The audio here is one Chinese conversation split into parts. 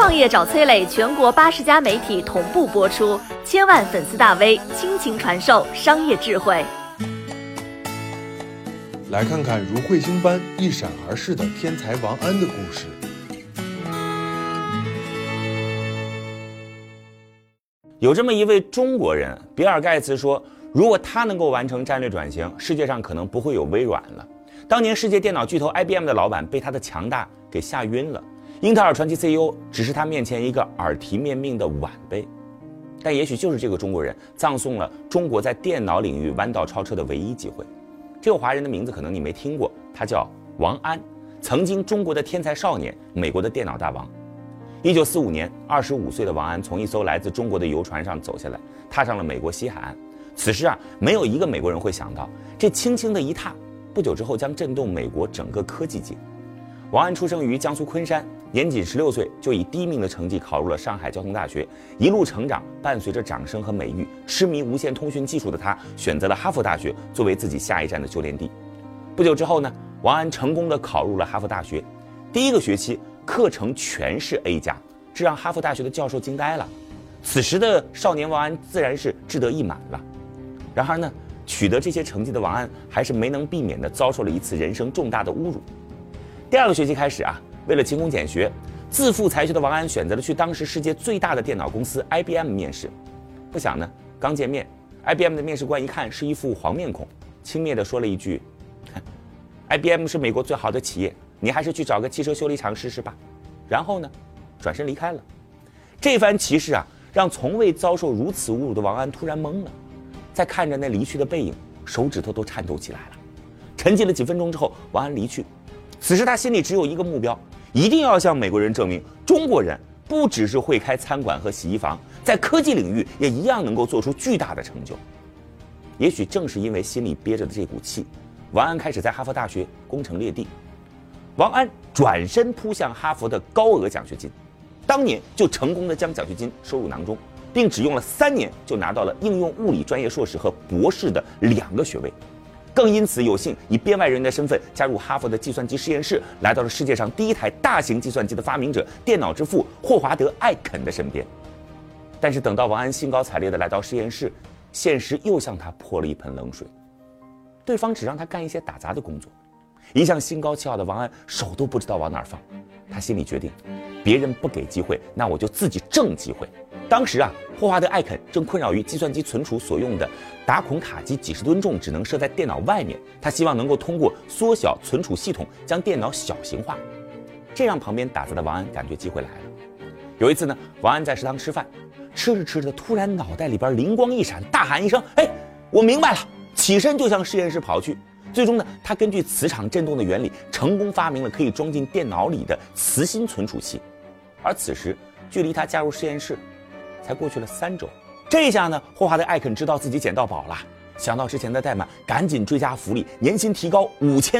创业找崔磊，全国80家媒体同步播出，千万粉丝大 V 倾情传授商业智慧。 来看看如彗星般一闪而逝的天才王安的故事。 有这么一位中国人，比尔盖茨说，如果他能够完成战略转型，世界上可能不会有微软了。当年世界电脑巨头 IBM 的老板被他的强大给吓晕了，英特尔传奇 CEO 只是他面前一个耳提面命的晚辈。但也许就是这个中国人葬送了中国在电脑领域弯道超车的唯一机会。这个华人的名字可能你没听过，他叫王安，曾经中国的天才少年，美国的电脑大王。1945年，25岁的王安从一艘来自中国的游船上走下来，踏上了美国西海岸。此时没有一个美国人会想到，这轻轻的一踏，不久之后将震动美国整个科技界。王安出生于江苏昆山，年仅16岁就以第1名的成绩考入了上海交通大学，一路成长，伴随着掌声和美誉，痴迷无线通讯技术的他选择了哈佛大学作为自己下一站的修炼地。不久之后呢，王安成功的考入了哈佛大学，第1个学期课程全是 A+，这让哈佛大学的教授惊呆了。此时的少年王安自然是志得意满了。然而呢，取得这些成绩的王安还是没能避免的遭受了一次人生重大的侮辱。第2个学期开始为了勤工俭学，自负才学的王安选择了去当时世界最大的电脑公司 IBM 面试。不想呢，刚见面 ，IBM 的面试官一看是一副黄面孔，轻蔑地说了一句：“IBM 是美国最好的企业，你还是去找个汽车修理厂试试吧。”然后呢，转身离开了。这番歧视让从未遭受如此侮辱的王安突然懵了，在看着那离去的背影，手指头都颤抖起来了。沉寂了几分钟之后，王安离去。此时他心里只有一个目标，一定要向美国人证明，中国人不只是会开餐馆和洗衣房，在科技领域也一样能够做出巨大的成就。也许正是因为心里憋着的这股气，王安开始在哈佛大学攻城略地。王安转身扑向哈佛的高额奖学金，当年就成功的将奖学金收入囊中，并只用了3年就拿到了应用物理专业硕士和博士的2个学位。更因此有幸以编外人员的身份加入哈佛的计算机实验室，来到了世界上第1台大型计算机的发明者、电脑之父霍华德·艾肯的身边。但是等到王安兴高采烈地来到实验室，现实又向他泼了一盆冷水。对方只让他干一些打杂的工作，一向心高气傲的王安手都不知道往哪儿放。他心里决定，别人不给机会，那我就自己挣机会。当时霍华德·艾肯正困扰于计算机存储所用的打孔卡机几十吨重，只能设在电脑外面。他希望能够通过缩小存储系统，将电脑小型化。这让旁边打杂的王安感觉机会来了。有一次呢，王安在食堂吃饭，吃着吃着，突然脑袋里边灵光一闪，大喊一声：“哎，我明白了！”起身就向实验室跑去。最终呢，他根据磁场振动的原理，成功发明了可以装进电脑里的磁芯存储器。而此时，距离他加入实验室才过去了3周。这下呢，霍华德·艾肯知道自己捡到宝了，想到之前的怠慢，赶紧追加福利，年薪提高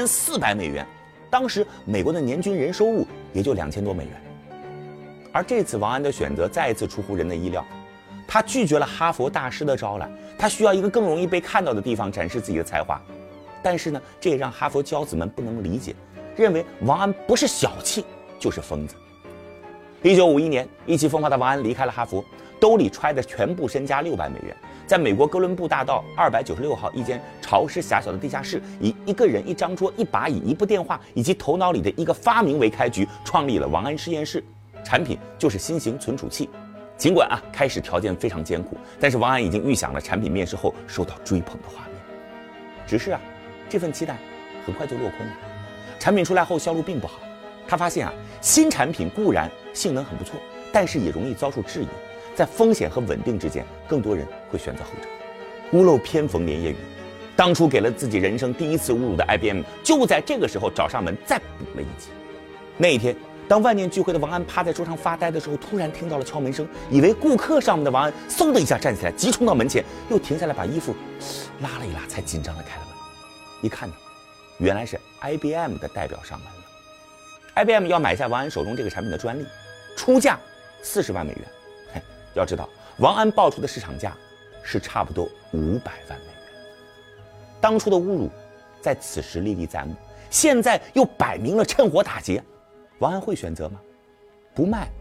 $5400。当时美国的年均人收入也就$2000多。而这次王安的选择再一次出乎人的意料，他拒绝了哈佛大师的招揽，他需要一个更容易被看到的地方展示自己的才华。但是呢，这也让哈佛骄子们不能理解，认为王安不是小气就是疯子。1951年，意气风发的王安离开了哈佛，兜里揣的全部身家$600，在美国哥伦布大道296号一间潮湿狭小的地下室，以1个人、1张桌、1把椅、1部电话以及头脑里的一个发明为开局，创立了王安实验室，产品就是新型存储器。尽管开始条件非常艰苦，但是王安已经预想了产品面世后受到追捧的画面。只是这份期待很快就落空了。产品出来后销路并不好，他发现新产品固然性能很不错，但是也容易遭受质疑，在风险和稳定之间，更多人会选择后者。屋漏偏逢连夜雨，当初给了自己人生第1次侮辱的 IBM， 就在这个时候找上门再补了一击。那一天，当万念俱灰的王安趴在桌上发呆的时候，突然听到了敲门声，以为顾客上门的王安嗖的一下站起来，急冲到门前，又停下来把衣服拉了一拉，才紧张地开了门。一看呢，原来是 IBM 的代表上门了。IBM 要买下王安手中这个产品的专利，出价$40万。要知道，王安报出的市场价是差不多$500万。当初的侮辱，在此时历历在目，现在又摆明了趁火打劫。王安会选择吗？不卖，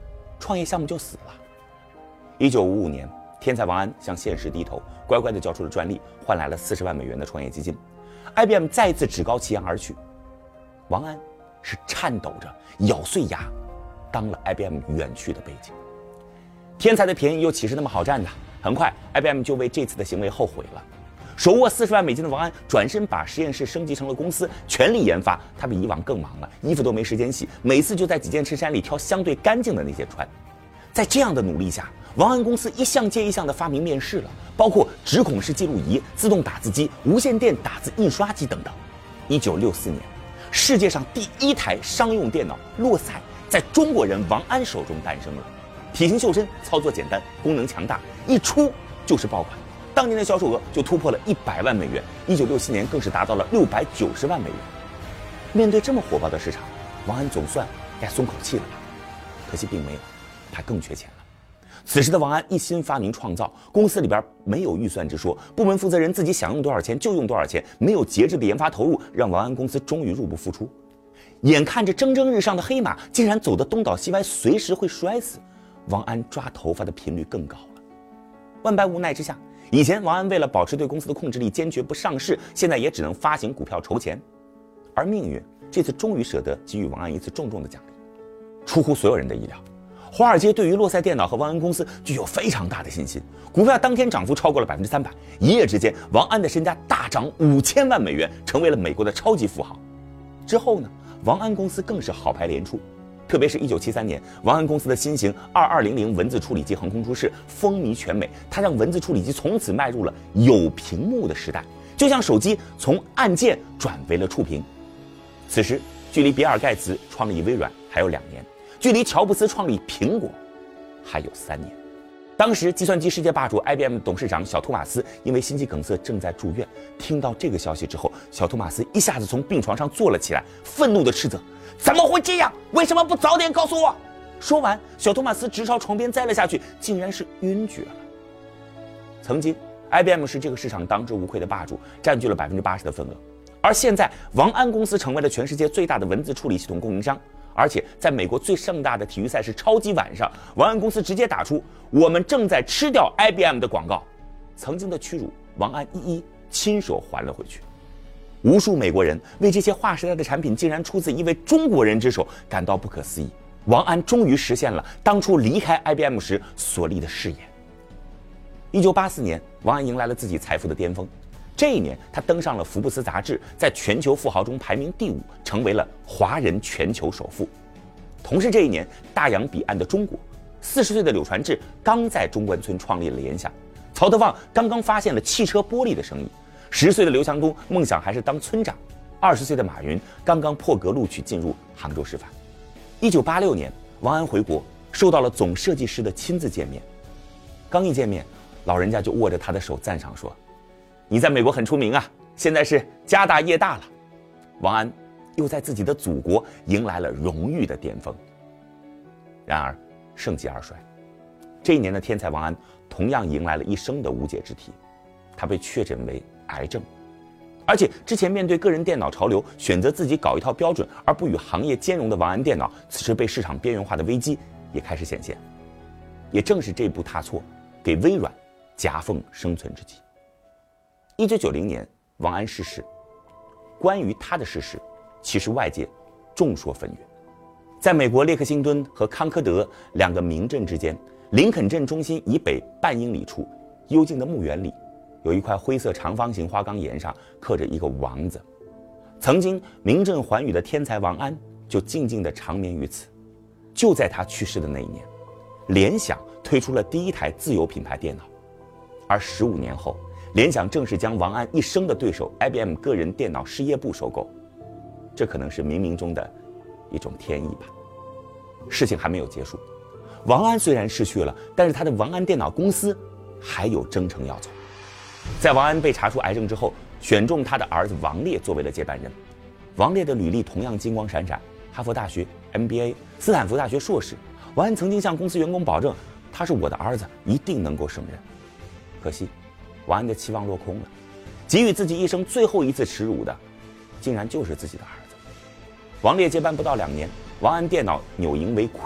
创业项目就死了。1955年，天才王安向现实低头，乖乖地交出了专利，换来了40万美元的创业基金。IBM 再一次趾高气扬而去，王安是颤抖着咬碎牙当了 IBM 远去的背景。天才的便宜又岂是那么好占的？很快 IBM 就为这次的行为后悔了。手握40万美金的王安转身把实验室升级成了公司，全力研发。他比以往更忙了，衣服都没时间洗，每次就在几件衬衫里挑相对干净的那些穿。在这样的努力下，王安公司一项接一项的发明面世了，包括直孔式记录仪、自动打字机、无线电打字印刷机等等。1964年，世界上第一台商用电脑洛赛在中国人王安手中诞生了。体型袖珍，操作简单，功能强大，一出就是爆款。当年的销售额就突破了100万美元，1967年更是达到了690万美元。面对这么火爆的市场，王安总算该松口气了吧？可惜并没有，他更缺钱了。此时的王安一心发明创造，公司里边没有预算之说，部门负责人自己想用多少钱就用多少钱，没有节制的研发投入，让王安公司终于入不敷出。眼看着蒸蒸日上的黑马竟然走得东倒西歪，随时会摔死，王安抓头发的频率更高了。万般无奈之下，以前王安为了保持对公司的控制力，坚决不上市，现在也只能发行股票筹钱。而命运这次终于舍得给予王安一次重重的奖励。出乎所有人的意料，华尔街对于洛赛电脑和王安公司具有非常大的信心，股票当天涨幅超过了300%，一夜之间，王安的身家大涨5000万美元，成为了美国的超级富豪。之后呢，王安公司更是好牌连出。特别是1973年，王安公司的新型2200文字处理机横空出世，风靡全美。它让文字处理机从此迈入了有屏幕的时代，就像手机从按键转为了触屏。此时，距离比尔盖茨创立微软还有2年，距离乔布斯创立苹果还有3年。当时，计算机世界霸主 IBM 董事长小托马斯因为心肌梗塞正在住院。听到这个消息之后，小托马斯一下子从病床上坐了起来，愤怒地斥责：“怎么会这样？为什么不早点告诉我？”说完，小托马斯直朝床边栽了下去，竟然是晕厥了。曾经 IBM 是这个市场当之无愧的霸主，占据了80%的份额。而现在，王安公司成为了全世界最大的文字处理系统供应商。而且在美国最盛大的体育赛事超级碗上，王安公司直接打出“我们正在吃掉 IBM” 的广告。曾经的屈辱，王安一一亲手还了回去。无数美国人为这些划时代的产品竟然出自一位中国人之手感到不可思议。王安终于实现了当初离开 IBM 时所立的誓言。1984年，王安迎来了自己财富的巅峰。这一年，他登上了福布斯杂志，在全球富豪中排名第5，成为了华人全球首富。同是这一年，大洋彼岸的中国，40岁的柳传志刚在中关村创立了联想，曹德旺刚刚发现了汽车玻璃的生意，10岁的刘强东梦想还是当村长，20岁的马云刚刚破格录取进入杭州师范。1986年，王安回国，受到了总设计师的亲自见面。刚一见面，老人家就握着他的手赞赏说：“你在美国很出名啊，现在是家大业大了。”王安又在自己的祖国迎来了荣誉的巅峰。然而盛极而衰，这一年的天才王安同样迎来了一生的无解之题，他被确诊为癌症。而且之前面对个人电脑潮流，选择自己搞一套标准而不与行业兼容的王安电脑，此时被市场边缘化的危机也开始显现。也正是这步踏错，给微软夹缝生存之机。1990年，王安逝世。关于他的逝世，其实外界众说纷纭。在美国列克星敦和康科德2个名镇之间，林肯镇中心以北半英里处，幽静的墓园里，有一块灰色长方形花岗岩上刻着一个王字。曾经名震寰宇的天才王安就静静地长眠于此。就在他去世的那一年，联想推出了第一台自有品牌电脑，而15年后，联想正式将王安一生的对手 IBM 个人电脑事业部收购。这可能是冥冥中的一种天意吧。事情还没有结束，王安虽然逝去了，但是他的王安电脑公司还有征程要走。在王安被查出癌症之后，选中他的儿子王烈作为了接班人。王烈的履历同样金光闪闪，哈佛大学 MBA， 斯坦福大学硕士。王安曾经向公司员工保证，他是我的儿子，一定能够胜任。可惜王安的期望落空了，给予自己一生最后一次耻辱的，竟然就是自己的儿子。王烈接班不到2年，王安电脑扭盈为亏，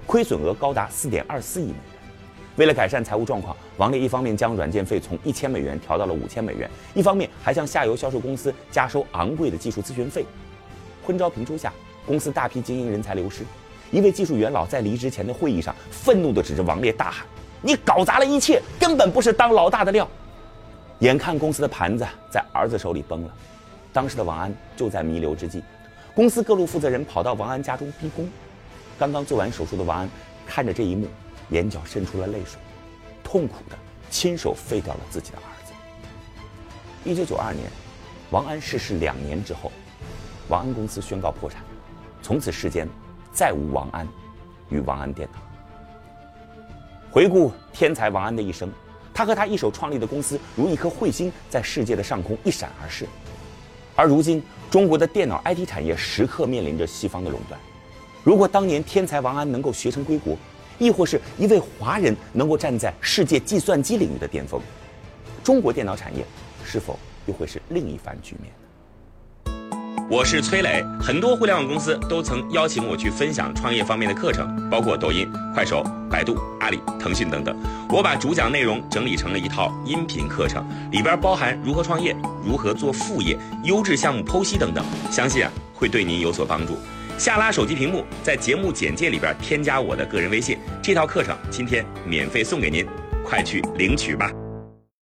亏损额高达4.24亿美元。为了改善财务状况，王烈一方面将软件费从1000美元调到了5000美元，一方面还向下游销售公司加收昂贵的技术咨询费。昏招频出下，公司大批精英人才流失。一位技术元老在离职前的会议上，愤怒地指着王烈大喊：“你搞砸了一切，根本不是当老大的料！”眼看公司的盘子在儿子手里崩了，当时的王安就在弥留之际。公司各路负责人跑到王安家中逼宫。刚刚做完手术的王安看着这一幕，眼角渗出了泪水，痛苦地亲手废掉了自己的儿子。1992年，王安逝世2年之后，王安公司宣告破产，从此世间再无王安与王安电脑。回顾天才王安的一生，他和他一手创立的公司如一颗彗星，在世界的上空一闪而逝。而如今，中国的电脑 IT 产业时刻面临着西方的垄断。如果当年天才王安能够学成归国，亦或是一位华人能够站在世界计算机领域的巅峰，中国电脑产业是否又会是另一番局面呢？ 我是崔磊，很多互联网公司都曾邀请我去分享创业方面的课程，包括抖音、快手、百度、阿里、腾讯等等。我把主讲内容整理成了一套音频课程，里边包含如何创业、如何做副业、优质项目剖析等等，相信会对您有所帮助。下拉手机屏幕，在节目简介里边添加我的个人微信，这套课程今天免费送给您，快去领取吧。